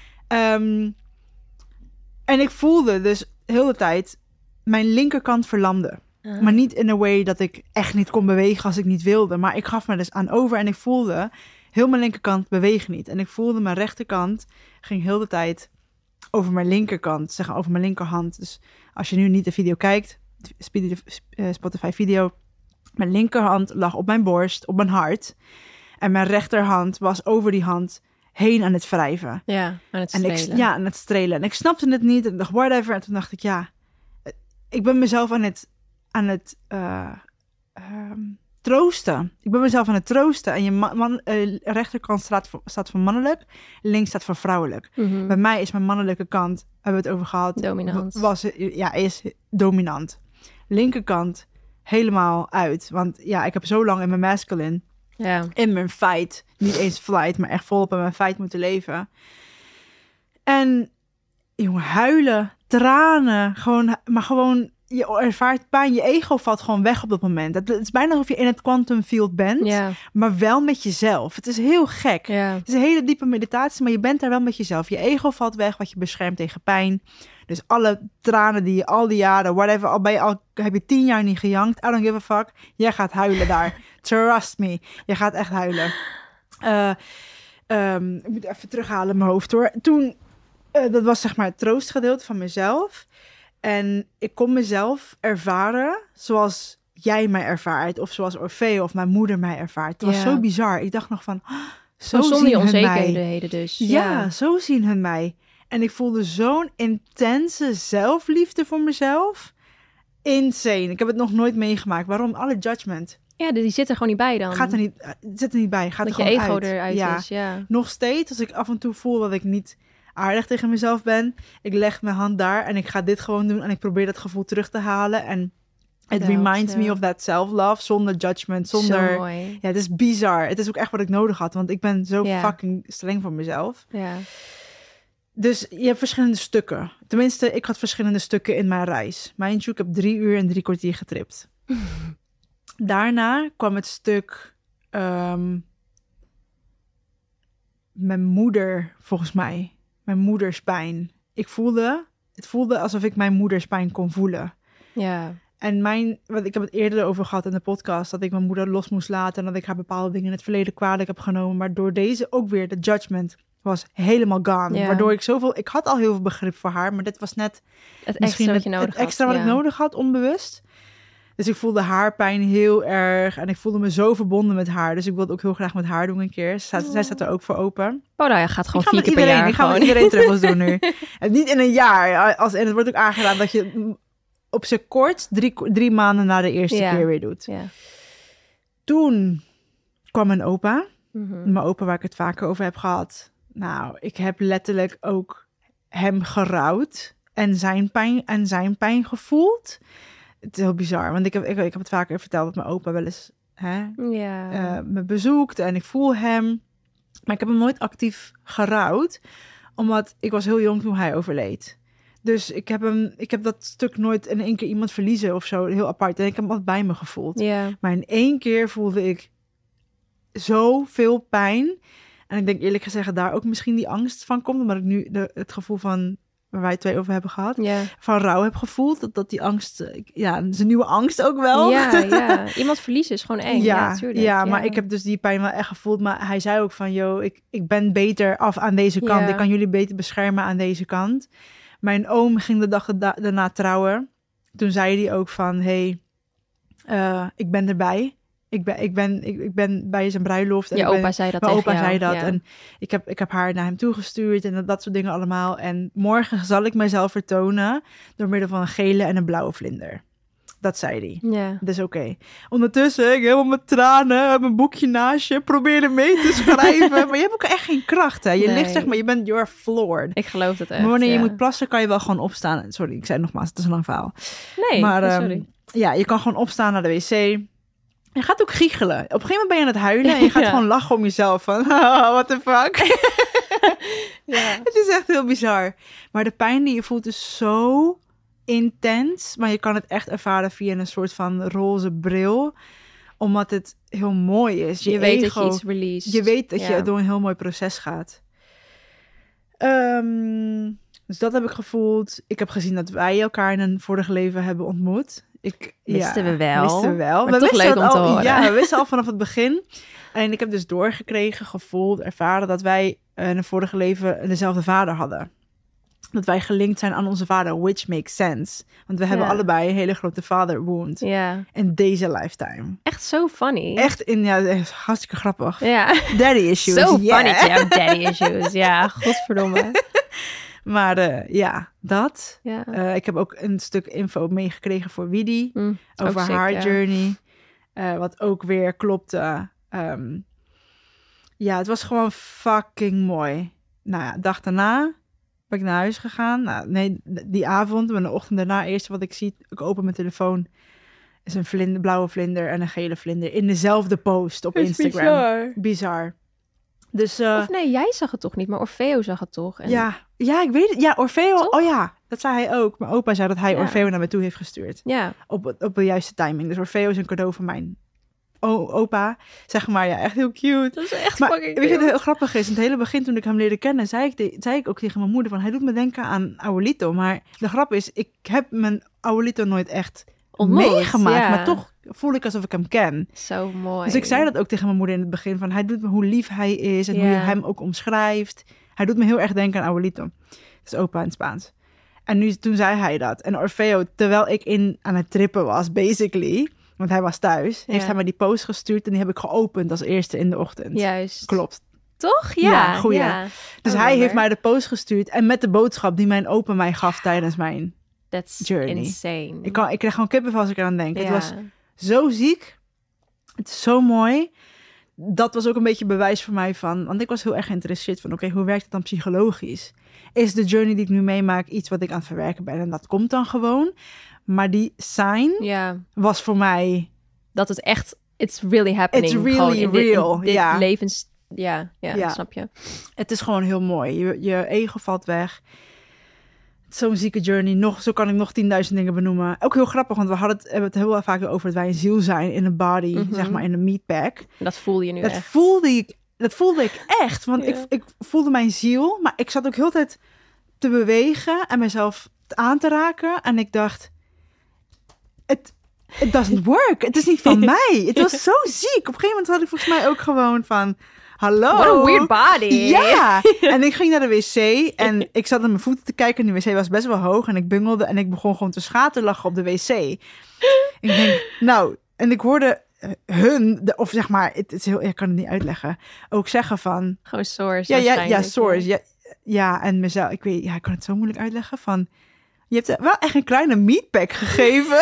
En ik voelde dus heel de tijd mijn linkerkant verlamde. Maar niet in een way dat ik echt niet kon bewegen als ik niet wilde. Maar ik gaf me dus aan over en ik voelde heel mijn linkerkant bewegen niet. En ik voelde mijn rechterkant ging heel de tijd over mijn linkerkant, zeg maar over mijn linkerhand. Dus als je nu niet de video kijkt, Spotify video, mijn linkerhand lag op mijn borst, op mijn hart. En mijn rechterhand was over die hand heen aan het wrijven. Ja, aan het strelen. Aan het strelen. En ik snapte het niet. En ik dacht, whatever. En toen dacht ik, ja, ik ben mezelf aan het troosten. Ik ben mezelf aan het troosten. En je rechterkant staat voor mannelijk, links staat voor vrouwelijk. Mhm. Bij mij is mijn mannelijke kant, hebben we het over gehad, Dominant. is dominant. Linkerkant helemaal uit. Want ja, ik heb zo lang in mijn masculine, Ja. in mijn fight, niet eens flight, maar echt volop in mijn fight moeten leven. En jongen, huilen, tranen, gewoon je ervaart pijn, je ego valt gewoon weg op dat moment. Het is bijna alsof je in het quantum field bent, Ja. maar wel met jezelf. Het is heel gek. Ja. Het is een hele diepe meditatie, maar je bent daar wel met jezelf. Je ego valt weg, wat je beschermt tegen pijn. Dus alle tranen die je al die jaren, whatever, heb je 10 jaar niet gejankt, I don't give a fuck. Jij gaat huilen daar. Trust me. Je gaat echt huilen. Ik moet even terughalen in mijn hoofd hoor. Toen, dat was zeg maar het troostgedeelte van mezelf. En ik kon mezelf ervaren zoals jij mij ervaart. Of zoals Orfeo of mijn moeder mij ervaart. Het was Ja. zo bizar. Ik dacht nog van, zo Zonder zien die hun mij. onzekerheden dus. Ja, zo zien hun mij. En ik voelde zo'n intense zelfliefde voor mezelf. Insane. Ik heb het nog nooit meegemaakt. Waarom? Alle judgment. Ja, die zit er gewoon niet bij dan. Zit er niet bij. Gaat dat er je gewoon ego uit. eruit Ja. is. Ja. Nog steeds, als ik af en toe voel dat ik niet aardig tegen mezelf ben. Ik leg mijn hand daar en ik ga dit gewoon doen. En ik probeer dat gevoel terug te halen. En het Helpt, reminds me ja. of that self-love. Zonder judgment, zonder... Zo mooi. Ja, het is bizar. Het is ook echt wat ik nodig had. Want ik ben zo Ja. fucking streng voor mezelf. Ja. Dus je hebt verschillende stukken. Tenminste, ik had verschillende stukken in mijn reis. Mind you, ik heb 3 uur en 3 kwartier getript. Daarna kwam het stuk... mijn moeder, volgens mij. Mijn moeders pijn. Het voelde alsof ik mijn moeders pijn kon voelen. Ja. En wat ik heb het eerder over gehad in de podcast, dat ik mijn moeder los moest laten en dat ik haar bepaalde dingen in het verleden kwalijk heb genomen. Maar door deze ook weer, de judgment was helemaal gone. Ja. Waardoor ik had al heel veel begrip voor haar, maar dit was net Het misschien extra wat je nodig het had. extra wat ja. ik nodig had, onbewust. Dus ik voelde haar pijn heel erg en ik voelde me zo verbonden met haar. Dus ik wilde ook heel graag met haar doen een keer. Zij staat er ook voor open. Oh, nou ja, gaat gewoon Ik ga 4 met keer per iedereen, jaar. ik ga met gewoon. iedereen terug doen nu. En niet in een jaar. En het wordt ook aangedaan dat je op zijn kort 3 maanden na de eerste Ja. keer weer doet. Ja. Toen kwam mijn opa. Mhm. Mijn opa waar ik het vaker over heb gehad. Nou, ik heb letterlijk ook hem gerouwd. En zijn pijn gevoeld. Het is heel bizar. Want ik heb het vaker verteld dat mijn opa wel eens Ja. me bezoekt. En ik voel hem. Maar ik heb hem nooit actief gerouwd. Omdat ik was heel jong toen hij overleed. Dus ik heb dat stuk nooit in 1 keer iemand verliezen of zo. Heel apart. En ik heb hem altijd bij me gevoeld. Ja. Maar in 1 keer voelde ik zoveel pijn. En ik denk eerlijk gezegd daar ook misschien die angst van komt. Omdat ik nu het gevoel van, waar wij het 2 over hebben gehad, van rouw heb gevoeld. Dat die angst, dat is een nieuwe angst ook wel. Ja. Iemand verliezen is gewoon eng. Ja, maar ik heb dus die pijn wel echt gevoeld. Maar hij zei ook van, ik ben beter af aan deze kant. Ja. Ik kan jullie beter beschermen aan deze kant. Mijn oom ging de dag daarna trouwen. Toen zei hij ook van, ik ben erbij. Ik ben bij zijn bruiloft. En opa zei dat tegen jou. Zei dat. Ja. En ik heb haar naar hem toegestuurd en dat soort dingen allemaal. En morgen zal ik mijzelf vertonen door middel van een gele en een blauwe vlinder. Dat zei hij. Ja. Dat is oké. Ondertussen, ik helemaal met tranen, heb een boekje naast je, probeerde mee te schrijven. Maar je hebt ook echt geen kracht, hè. Je ligt, zeg maar, you're floored. Ik geloof het echt. Maar wanneer je moet plassen, kan je wel gewoon opstaan. Sorry, ik zei het nogmaals, het is een lang verhaal. Nee, maar, sorry. Je kan gewoon opstaan naar de wc. Je gaat ook giechelen. Op een gegeven moment ben je aan het huilen en je gaat gewoon lachen om jezelf. Van, what the fuck? Het is echt heel bizar. Maar de pijn die je voelt is zo intens. Maar je kan het echt ervaren via een soort van roze bril. Omdat het heel mooi is. Je weet dat je iets release. Je weet dat je door een heel mooi proces gaat. Dus dat heb ik gevoeld. Ik heb gezien dat wij elkaar in een vorige leven hebben ontmoet. Wisten we wel. Maar toch leuk om te horen. Ja, we wisten al vanaf het begin. En ik heb dus doorgekregen, gevoeld, ervaren dat wij in een vorige leven dezelfde vader hadden. Dat wij gelinkt zijn aan onze vader, which makes sense. Want we hebben allebei een hele grote father wound. Ja. In deze lifetime. Echt zo funny. Echt hartstikke grappig. Ja. Daddy issues. So funny to have daddy issues. Ja, godverdomme. Maar dat. Ja. Ik heb ook een stuk info meegekregen voor Widdy. Over haar journey. Wat ook weer klopte. Het was gewoon fucking mooi. Nou ja, dag daarna ben ik naar huis gegaan. Nou, nee, die avond, maar de ochtend daarna, eerst wat ik zie, ik open mijn telefoon, is een blauwe vlinder en een gele vlinder in dezelfde post op Instagram. Bizar. Dus, of nee, jij zag het toch niet, maar Orfeo zag het toch? En... Ja, ik weet het. Ja, Orfeo. Toch? Oh ja, dat zei hij ook. Mijn opa zei dat hij Orfeo naar me toe heeft gestuurd. Ja. Op de juiste timing. Dus Orfeo is een cadeau van mijn opa. Zeg maar, echt heel cute. Dat is echt maar, fucking weet je wat heel grappig is? In het hele begin, toen ik hem leerde kennen, zei ik ook tegen mijn moeder van, hij doet me denken aan Abuelito. Maar de grap is, ik heb mijn Abuelito nooit echt meegemaakt. Maar toch voel ik alsof ik hem ken. Zo mooi. Dus ik zei dat ook tegen mijn moeder in het begin. Van, hij doet me hoe lief hij is en hoe je hem ook omschrijft. Hij doet me heel erg denken aan Abuelito. Dat is opa in het Spaans. En toen zei hij dat. En Orfeo, terwijl ik aan het trippen was, basically, want hij was thuis, heeft hij me die post gestuurd en die heb ik geopend als eerste in de ochtend. Juist. Klopt. Toch? Ja. Goeie. Ja. Dus hij heeft mij de post gestuurd en met de boodschap die mijn opa mij gaf tijdens mijn journey. Insane. Ik kreeg gewoon kippenvel als ik eraan denk. Het was zo ziek. Het is zo mooi. Dat was ook een beetje bewijs voor mij van, want ik was heel erg geïnteresseerd van, oké, hoe werkt het dan psychologisch? Is de journey die ik nu meemaak iets wat ik aan het verwerken ben? En dat komt dan gewoon. Maar die sign was voor mij, dat het echt, it's really happening. It's really real. Dit levens, snap je. Het is gewoon heel mooi. Je ego valt weg. Zo'n zieke journey. Zo kan ik nog 10.000 dingen benoemen. Ook heel grappig, want we hebben het heel vaak over dat wij een ziel zijn in een body, zeg maar in een meatpack. Dat voel je nu echt. Dat voelde ik echt. Want ik voelde mijn ziel, maar ik zat ook heel de tijd te bewegen en mezelf aan te raken. En ik dacht, it doesn't work. Het is niet van mij. Het was zo ziek. Op een gegeven moment had ik volgens mij ook gewoon van, hallo. What a weird body. Ja. En ik ging naar de wc en ik zat naar mijn voeten te kijken. En de wc was best wel hoog en ik bungelde en ik begon gewoon te schaterlachen op de wc. Ik denk, en ik hoorde of zeg maar, het is heel, ik kan het niet uitleggen, ook zeggen van, gewoon source. Source. Ja, en mezelf, ik kan het zo moeilijk uitleggen van, je hebt wel echt een kleine meatpack gegeven.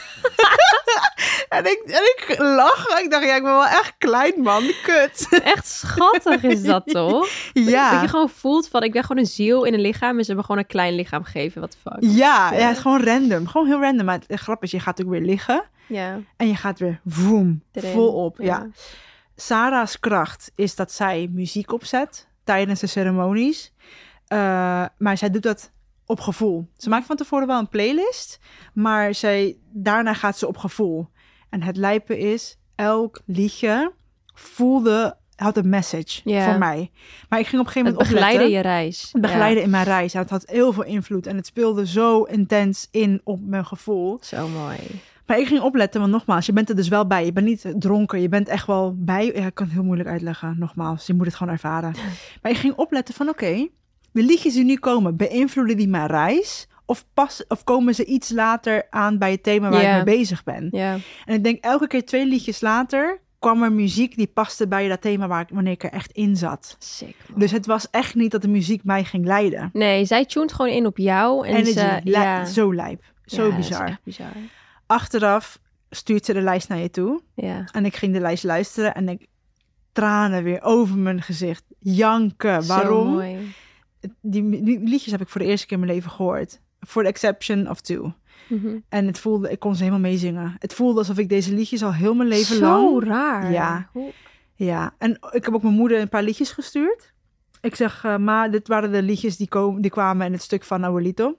en ik lach. Ik dacht, ik ben wel echt klein, man. Kut. Echt schattig is dat, toch? Ja. Dat je gewoon voelt van, ik ben gewoon een ziel in een lichaam en ze hebben gewoon een klein lichaam gegeven. What the fuck? Ja, het is gewoon random. Gewoon heel random. Maar het grap is, je gaat ook weer liggen. Ja. En je gaat weer volop. Ja. Sarah's kracht is dat zij muziek opzet tijdens de ceremonies. Maar zij doet dat op gevoel. Ze maakt van tevoren wel een playlist, maar daarna gaat ze op gevoel. En het lijpe is, elk liedje had een message voor mij. Maar ik ging op een gegeven moment Het begeleiden je reis. Het begeleiden in mijn reis. En het had heel veel invloed. En het speelde zo intens in op mijn gevoel. Zo mooi. Maar ik ging opletten, want nogmaals, je bent er dus wel bij. Je bent niet dronken, je bent echt wel bij. Ja, ik kan het heel moeilijk uitleggen, nogmaals. Je moet het gewoon ervaren. Maar ik ging opletten van, oké, de liedjes die nu komen, beïnvloeden die mijn reis? Of komen ze iets later aan bij het thema waar ik mee bezig ben? Ja. En ik denk, elke keer 2 liedjes later kwam er muziek die paste bij dat thema wanneer ik er echt in zat. Sick, man. Dus het was echt niet dat de muziek mij ging leiden. Nee, zij tuned gewoon in op jou. En zo lijp. Zo bizar. Dat is echt bizar. Achteraf stuurt ze de lijst naar je toe. Ja. En ik ging de lijst luisteren en ik tranen weer over mijn gezicht. Janken. Waarom? Zo mooi. Die liedjes heb ik voor de eerste keer in mijn leven gehoord. For the exception of 2. Mm-hmm. En het voelde, ik kon ze helemaal meezingen. Het voelde alsof ik deze liedjes al heel mijn leven zo lang... Zo raar. Ja. Ja. En ik heb ook mijn moeder een paar liedjes gestuurd. Ik zeg, ma, dit waren de liedjes die kwamen in het stuk van Abuelito.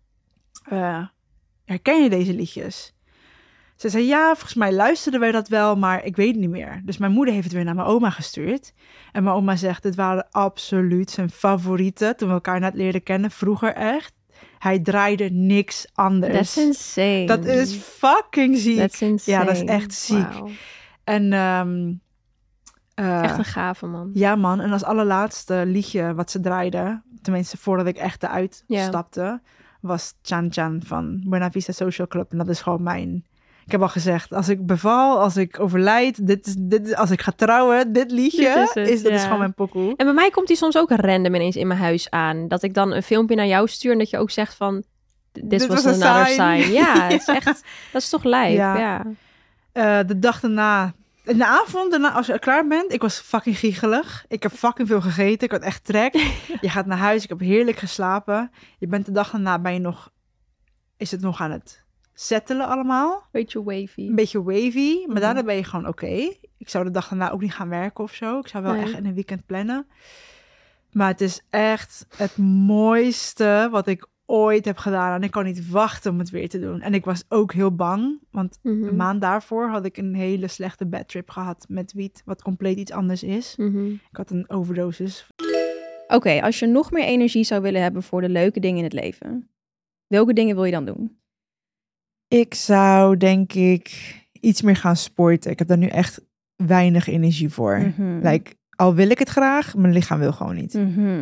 Herken je deze liedjes? Ze zei, ja, volgens mij luisterden wij dat wel, maar ik weet het niet meer. Dus mijn moeder heeft het weer naar mijn oma gestuurd. En mijn oma zegt, dit waren absoluut zijn favorieten toen we elkaar net leerden kennen. Vroeger echt. Hij draaide niks anders. That's insane. Dat is fucking ziek. That's insane. Ja, dat is echt ziek. Wow. En echt een gave man. Ja, man. En als allerlaatste liedje wat ze draaide, tenminste voordat ik echt eruit stapte, was Chan Chan van Buena Vista Social Club. En dat is gewoon mijn... Ik heb al gezegd, als ik beval, als ik overlijd, dit als ik ga trouwen, dit liedje is gewoon mijn pokoe. En bij mij komt die soms ook random ineens in mijn huis aan. Dat ik dan een filmpje naar jou stuur en dat je ook zegt van, this was another sign. Ja, het is echt, dat is toch lijp. Ja. De dag daarna, in de avond daarna, als je klaar bent, ik was fucking giechelig. Ik heb fucking veel gegeten, ik had echt trek. Je gaat naar huis, ik heb heerlijk geslapen. Je bent de dag daarna, is het nog aan het settelen allemaal. Een beetje wavy. Maar daarna ben je gewoon oké. Ik zou de dag daarna ook niet gaan werken of zo. Ik zou wel echt in een weekend plannen. Maar het is echt het mooiste wat ik ooit heb gedaan. En ik kan niet wachten om het weer te doen. En ik was ook heel bang. Want een maand daarvoor had ik een hele slechte badtrip gehad met wiet. Wat compleet iets anders is. Ik had een overdosis. Oké, als je nog meer energie zou willen hebben voor de leuke dingen in het leven. Welke dingen wil je dan doen? Ik zou, denk ik, iets meer gaan sporten. Ik heb daar nu echt weinig energie voor. Al wil ik het graag, mijn lichaam wil gewoon niet.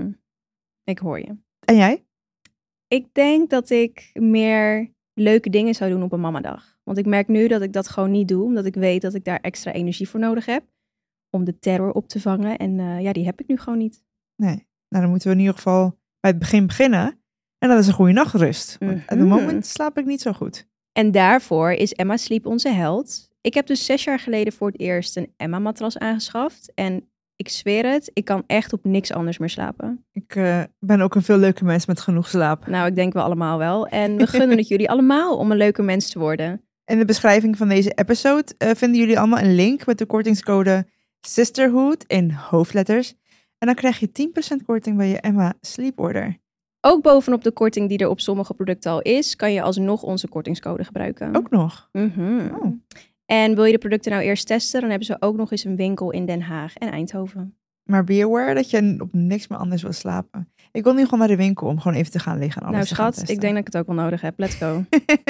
Ik hoor je. En jij? Ik denk dat ik meer leuke dingen zou doen op een mamadag. Want ik merk nu dat ik dat gewoon niet doe. Omdat ik weet dat ik daar extra energie voor nodig heb. Om de terror op te vangen. En die heb ik nu gewoon niet. Nee, nou dan moeten we in ieder geval bij het begin beginnen. En dat is een goede nachtrust. Want op het moment slaap ik niet zo goed. En daarvoor is Emma Sleep onze held. Ik heb dus 6 jaar geleden voor het eerst een Emma-matras aangeschaft. En ik zweer het, ik kan echt op niks anders meer slapen. Ik ben ook een veel leuke mens met genoeg slaap. Nou, ik denk we allemaal wel. En we gunnen het jullie allemaal om een leuke mens te worden. In de beschrijving van deze episode vinden jullie allemaal een link met de kortingscode Sisterhood in hoofdletters. En dan krijg je 10% korting bij je Emma Sleep order. Ook bovenop de korting die er op sommige producten al is, kan je alsnog onze kortingscode gebruiken. Ook nog? Oh. En wil je de producten nou eerst testen, dan hebben ze ook nog eens een winkel in Den Haag en Eindhoven. Maar be aware dat je op niks meer anders wil slapen. Ik wil nu gewoon naar de winkel om gewoon even te gaan liggen en alles te gaan testen. Ik denk dat ik het ook wel nodig heb. Let's go.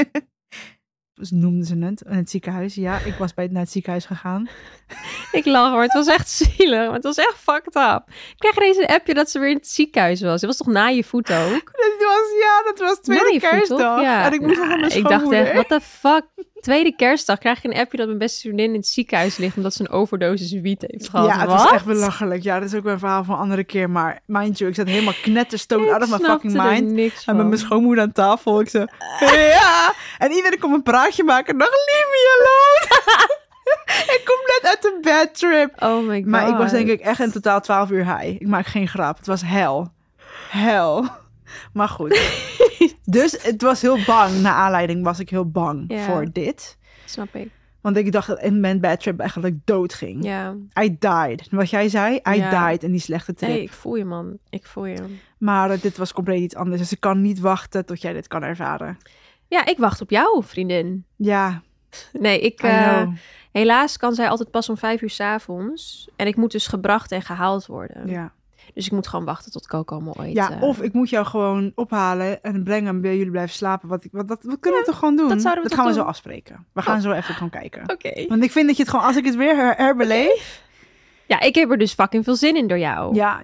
Dus noemden ze het in het ziekenhuis. Ja, ik was naar het ziekenhuis gegaan. Ik lach hoor, het was echt zielig. Maar het was echt fucked up. Ik kreeg ineens een appje dat ze weer in het ziekenhuis was. Het was toch na je voet ook? Dat was tweede kerstdag. Ja. En ik moest nog naar mijn schoonmoeder. Ik dacht echt, what the fuck? Tweede kerstdag krijg ik een appje dat mijn beste vriendin in het ziekenhuis ligt omdat ze een overdosis wiet heeft gehad. Ja, het was echt belachelijk. Ja, dat is ook wel een verhaal van een andere keer. Maar mind you, ik zat helemaal knetterstoot out of my fucking mind. En met mijn schoonmoeder aan tafel. Ik zei, ja. En iedereen kon een praatje maken. Nog leave me alone. Ik kom net uit de badtrip. Oh my god. Maar ik was denk ik echt in totaal 12 uur high. Ik maak geen grap. Het was hel. Maar goed. Dus het was heel bang. Naar aanleiding was ik heel bang voor dit. Snap ik. Want ik dacht dat in mijn badtrip eigenlijk dood ging. Ja. I died. Wat jij zei, I died in die slechte trip. Nee, ik voel je man. Ik voel je. Maar dit was compleet iets anders. Dus ik kan niet wachten tot jij dit kan ervaren. Ja, ik wacht op jou, vriendin. Ja. Nee, Helaas kan zij altijd pas om 5 uur 's avonds. En ik moet dus gebracht en gehaald worden. Ja. Dus ik moet gewoon wachten tot Coco me ooit... Ja, of ik moet jou gewoon ophalen en brengen en bij jullie blijven slapen. We kunnen het toch gewoon doen? dat zouden we dat toch gaan we doen? zo afspreken. We gaan zo even gewoon kijken. Oké. Want ik vind dat je het gewoon, als ik het weer herbeleef... Ja, ik heb er dus fucking veel zin in door jou. Ja,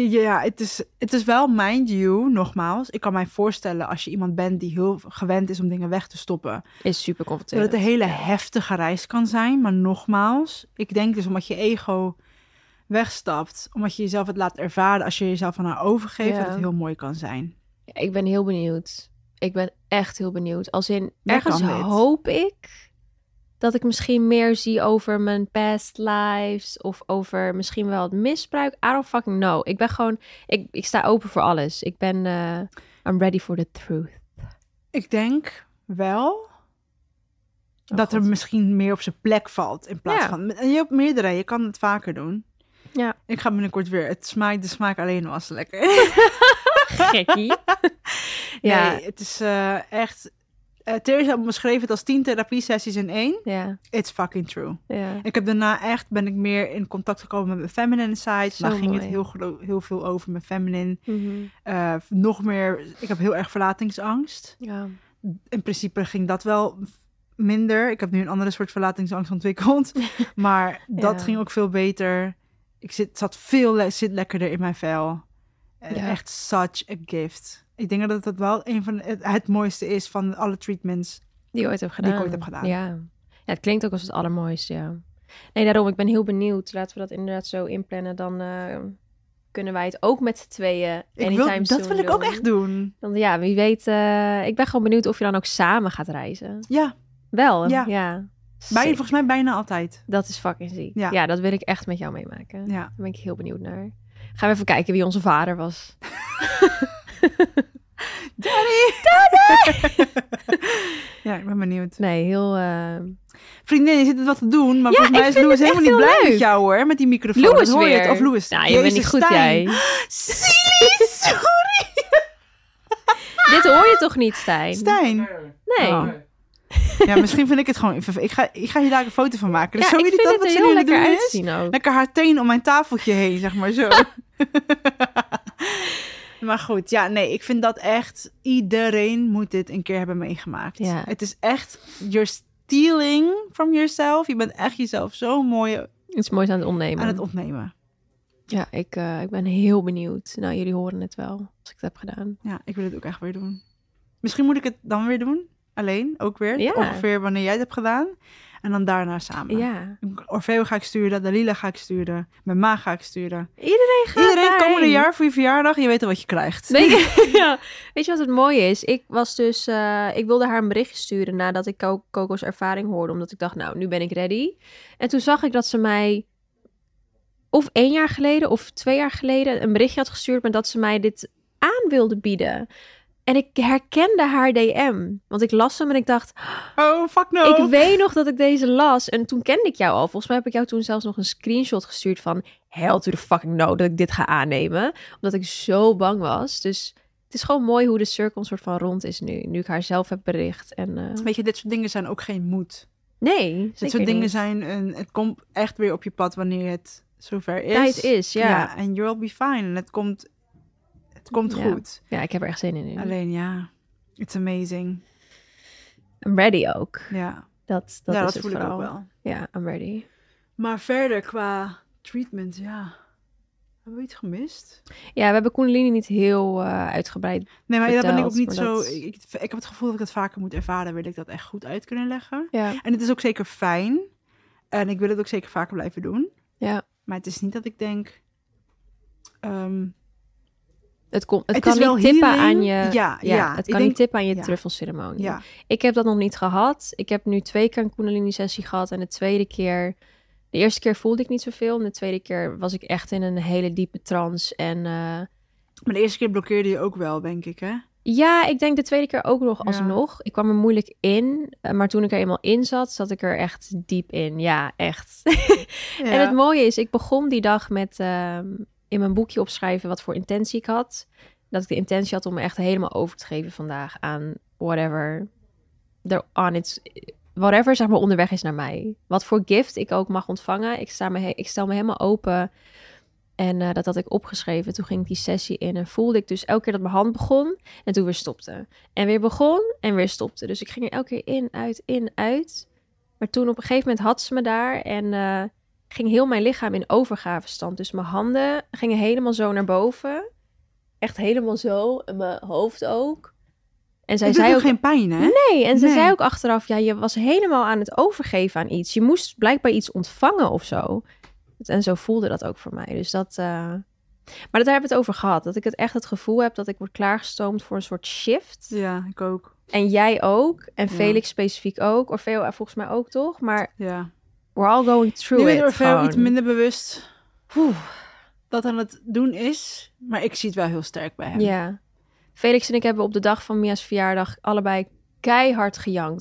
het is wel, mind you, nogmaals. Ik kan mij voorstellen als je iemand bent die heel gewend is om dingen weg te stoppen. Is super Dat comfortabel. het een hele heftige reis kan zijn. Maar nogmaals, ik denk dus omdat je ego wegstapt, omdat je jezelf het laat ervaren, als je jezelf aan haar overgeeft, Ja. dat het heel mooi kan zijn. Ja, ik ben heel benieuwd. Ik ben echt heel benieuwd. Als in, Jij ergens kan dit. hoop ik dat ik misschien meer zie over mijn past lives of over misschien wel het misbruik. I don't fucking know. Ik ben gewoon, ik sta open voor alles. Ik ben, I'm ready for the truth. Ik denk wel dat er God. misschien meer op zijn plek valt in plaats Ja. van... En je hebt meerdere, je kan het vaker doen. Ja. Ik ga binnenkort weer. De smaak alleen was lekker. Gekkie. Ja. Nee, het is echt... Theresa beschreef het als 10 therapiesessies in 1. Ja. It's fucking true. Ja. Ik heb daarna echt, ben ik meer in contact gekomen met mijn feminine side. Zo Daar ging het mooi. heel veel over mijn feminine. Mhm. Nog meer, ik heb heel erg verlatingsangst. Ja. In principe ging dat wel minder. Ik heb nu een andere soort verlatingsangst ontwikkeld. Maar dat Ja. ging ook veel beter. Zit lekkerder in mijn vel. Ja. Echt such a gift. Ik denk dat het wel een van het mooiste is van alle treatments. Die ik ooit heb gedaan. Die ik ooit heb gedaan. Ja. Ja, het klinkt ook als het allermooiste, ja. Nee, daarom, ik ben heel benieuwd. Laten we dat inderdaad zo inplannen. Dan kunnen wij het ook met z'n tweeën anytime Dat soon wil ik ook doen. echt doen. Dan, ja, wie weet. Ik ben gewoon benieuwd of je dan ook samen gaat reizen. Ja, Wel, Ja. ja. Sick. volgens mij bijna altijd. Dat is fucking ziek. Ja. Ja, dat wil ik echt met jou meemaken. Ja. Daar ben ik heel benieuwd naar. Gaan we even kijken wie onze vader was. Ja, ik ben benieuwd. Nee, heel... Vriendin, je zit het wat te doen, maar Ja, volgens mij ik is vind Louis het helemaal niet echt blij heel met jou hoor, met die microfoon. Louis Dat hoor je weer. het? Of Louis. Nou, je bent niet Jezus, goed, Stijn. jij. Silly, sorry. Dit hoor je toch niet, Stijn? Stijn. Nee. Oh. Ja, misschien vind ik het gewoon... Ik ga hier daar een foto van maken. Dus Ja, zo ik jullie vind dat het wat er ze heel nu aan het lekker doen is? uitzien ook. Lekker haar teen om mijn tafeltje heen, zeg maar zo. Maar goed, ja, nee, ik vind dat echt... Iedereen moet dit een keer hebben meegemaakt. Ja. Het is echt... You're stealing from yourself. Je bent echt jezelf zo mooi Iets moois aan het ontnemen. aan het ontnemen. Ja, ik ben heel benieuwd. Nou, jullie horen het wel, als ik het heb gedaan. Ja, ik wil het ook echt weer doen. Misschien moet ik het dan weer doen. Alleen, ook weer. Ja. Ongeveer wanneer jij het hebt gedaan. En dan daarna samen. Ja. Orfeo ga ik sturen. Dalila ga ik sturen. Mijn ma ga ik sturen. Iedereen gaat Iedereen daarheen. komende jaar voor je verjaardag. Je weet al wat je krijgt. Weet je, ja. Weet je wat het mooie is? Ik was dus, ik wilde haar een berichtje sturen nadat ik Coco's ervaring hoorde. Omdat ik dacht, nou, nu ben ik ready. En toen zag ik dat ze mij of 1 jaar geleden of 2 jaar geleden een berichtje had gestuurd, maar dat ze mij dit aan wilde bieden. En ik herkende haar DM. Want ik las hem en ik dacht, Oh, fuck no. ik weet nog dat ik deze las. En toen kende ik jou al. Volgens mij heb ik jou toen zelfs nog een screenshot gestuurd van... hell to the fucking no, dat ik dit ga aannemen. Omdat ik zo bang was. Dus het is gewoon mooi hoe de cirkel een soort van rond is nu. Nu ik haar zelf heb bericht. En, Weet je, dit soort dingen zijn ook geen moed. nee, Dit zeker soort dingen niet. zijn... Het komt echt weer op je pad wanneer het zover is. Tijd is, ja. En you'll be fine. En het komt Ja. goed. Ja, ik heb er echt zin in nu. Alleen ja, it's amazing. I'm ready ook. Ja, Dat is dat het voel ik vooral. ook wel. Ja, I'm ready. Maar verder qua treatment, ja. Hebben we iets gemist? Ja, we hebben Kundalini niet heel uitgebreid. Nee, maar daar ben ik ook Verteld, niet maar zo... dat- Ik heb het gevoel dat ik het vaker moet ervaren. Wil ik dat echt goed uit kunnen leggen. Ja, En het is ook zeker fijn. En ik wil het ook zeker vaker blijven doen. ja. Maar het is niet dat ik denk... Het Het kan is wel niet tippen healing. aan je... Ja, het ik kan denk- niet tippen aan je ja. truffelceremonie. Ja, Ik heb dat nog niet gehad. Ik heb nu 2 keer een Kundalini-sessie gehad. En de tweede keer... De eerste keer voelde ik niet zoveel. En de tweede keer was ik echt in een hele diepe trance. En maar de eerste keer blokkeerde je ook wel, denk ik, hè? ja, ik denk de tweede keer ook nog Ja. alsnog. Ik kwam er moeilijk in. Maar toen ik er eenmaal in zat, zat ik er echt diep in. Ja, echt. En het mooie is, ik begon die dag met in mijn boekje opschrijven wat voor intentie ik had. Dat ik de intentie had om me echt helemaal over te geven vandaag aan whatever er whatever zeg maar onderweg is naar mij. Wat voor gift ik ook mag ontvangen. Ik stel me helemaal open. En dat had ik opgeschreven. Toen ging ik die sessie in en voelde ik dus elke keer dat mijn hand begon en toen weer stopte. En weer begon en weer stopte. Dus ik ging er elke keer in, uit. Maar toen op een gegeven moment had ze me daar en ging heel mijn lichaam in overgavestand. Dus mijn handen gingen helemaal zo naar boven. Echt helemaal zo. En mijn hoofd ook. En zij zei ook geen pijn, hè? Nee, en ze zei ook achteraf, ja, je was helemaal aan het overgeven aan iets. Je moest blijkbaar iets ontvangen of zo. En zo voelde dat ook voor mij. Dus dat... Maar daar hebben we het over gehad. Dat ik het gevoel heb dat ik word klaargestoomd voor een soort shift. Ja, ik ook. En jij ook. En Felix specifiek ook. Orfeo volgens mij ook, toch? Maar ja. We're all going through nu it. Nu ben Orfeo gewoon. iets minder bewust dat aan het doen is. Maar ik zie het wel heel sterk bij hem. Ja. Felix en ik hebben op de dag van Mia's verjaardag allebei keihard gejankt.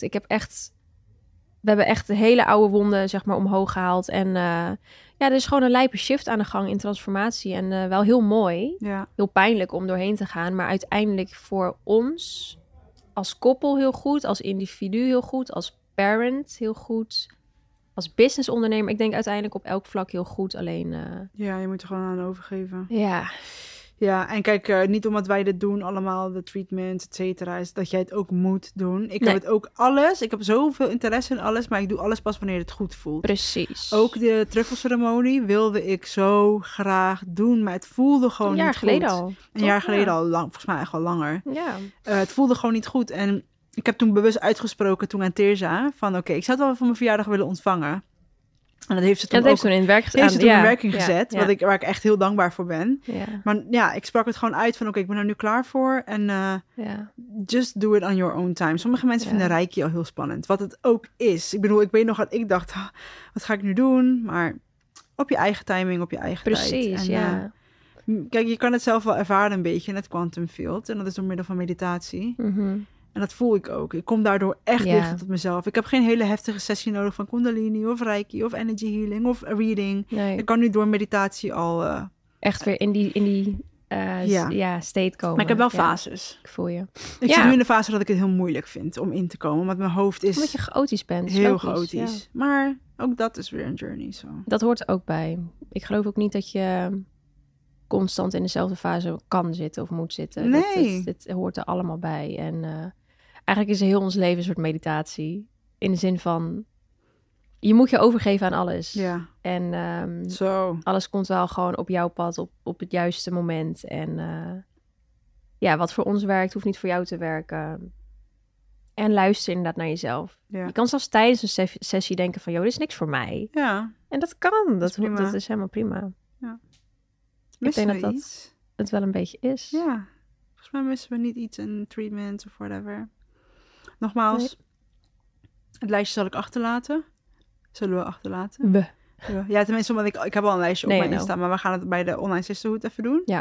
We hebben echt de hele oude wonden, zeg maar, omhoog gehaald. En er is gewoon een lijpe shift aan de gang in transformatie. En wel heel mooi. Ja. Heel pijnlijk om doorheen te gaan. Maar uiteindelijk voor ons als koppel heel goed. Als individu heel goed. Als parent heel goed. Als businessondernemer. Ik denk uiteindelijk op elk vlak heel goed. Alleen... Ja, je moet er gewoon aan overgeven. Ja. Ja, en kijk, niet omdat wij dit doen allemaal, de treatment, et cetera, is dat jij het ook moet doen. Ik heb het ook alles. Ik heb zoveel interesse in alles, maar ik doe alles pas wanneer het goed voelt. Precies. Ook de truffelceremonie wilde ik zo graag doen, maar het voelde gewoon niet goed. Een jaar geleden al. Een jaar geleden al, volgens mij echt al langer. Ja. Het voelde gewoon niet goed. En ik heb toen bewust uitgesproken toen aan Teerza van oké, ik zou het wel voor mijn verjaardag willen ontvangen. En dat heeft ze toen ook in werking gezet, waar ik echt heel dankbaar voor ben. Ja. Maar ja, ik sprak het gewoon uit van oké, ik ben er nu klaar voor. En just do it on your own time. Sommige mensen vinden Reiki al heel spannend, wat het ook is. Ik bedoel, ik weet nog dat ik dacht, wat ga ik nu doen? Maar op je eigen timing, op je eigen tijd. Precies, en, kijk, je kan het zelf wel ervaren een beetje in het quantum field. En dat is door middel van meditatie. Mm-hmm. En dat voel ik ook. Ik kom daardoor echt dichter tot mezelf. Ik heb geen hele heftige sessie nodig van Kundalini of Reiki of Energy Healing of reading. Nee. Ik kan nu door meditatie al... echt weer in die state komen. Maar ik heb wel fases. Ik voel je. Ik zit nu in de fase dat ik het heel moeilijk vind om in te komen. Want mijn hoofd is... Omdat je chaotisch bent. Heel logisch, chaotisch. Ja. Maar ook dat is weer een journey. So. Dat hoort er ook bij. Ik geloof ook niet dat je constant in dezelfde fase kan zitten of moet zitten. Nee. Het hoort er allemaal bij. En eigenlijk is heel ons leven een soort meditatie. In de zin van, je moet je overgeven aan alles. Ja. En alles komt wel gewoon op jouw pad, op het juiste moment. En wat voor ons werkt, hoeft niet voor jou te werken. En luister inderdaad naar jezelf. Ja. Je kan zelfs tijdens een sessie denken van, dit is niks voor mij. Ja. En dat kan. Dat is helemaal prima. Ja. Ik denk dat het wel een beetje is. Ja. Volgens mij missen we niet iets in treatment of whatever. Nogmaals, het lijstje zal ik achterlaten. Zullen we achterlaten? Ja, tenminste, omdat ik heb al een lijstje op mijn Insta, maar we gaan het bij de Online Sisterhood even doen. Ja.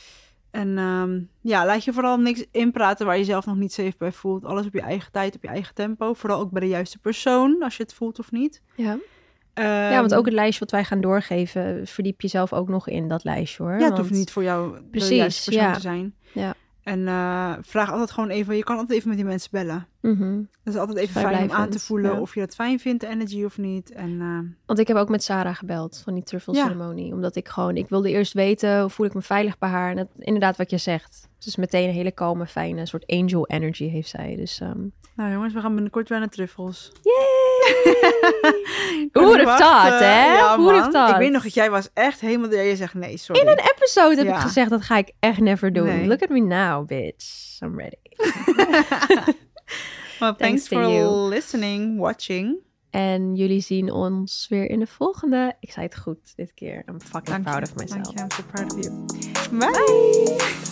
En laat je vooral niks inpraten waar je zelf nog niet safe bij voelt. Alles op je eigen tijd, op je eigen tempo. Vooral ook bij de juiste persoon, als je het voelt of niet. Ja. Want ook het lijstje wat wij gaan doorgeven, verdiep je zelf ook nog in dat lijstje, hoor. Ja, het hoeft niet voor jou de juiste persoon te zijn. Ja. En vraag altijd gewoon even, je kan altijd even met die mensen bellen. Mm-hmm. Dat is altijd even fijn om aan te voelen of je dat fijn vindt, de energy of niet. En, Want ik heb ook met Sarah gebeld van die truffelceremonie. Omdat ik wilde eerst weten, hoe voel ik me veilig bij haar. En dat, inderdaad wat je zegt. Dus meteen een hele kalme, fijne soort angel energy heeft zij. Dus, Nou jongens, we gaan binnenkort weer naar truffels. Yay! Who would have thought, hè? Ja, Who would have thought? Ik weet nog dat jij was echt helemaal... Je zegt nee, sorry. In een episode heb ik gezegd, dat ga ik echt never doen. Nee. Look at me now, bitch. I'm ready. Well, thanks for listening, watching. En jullie zien ons weer in de volgende. Ik zei het goed dit keer. I'm fucking proud of myself. Dank je, I'm so proud of you. Bye!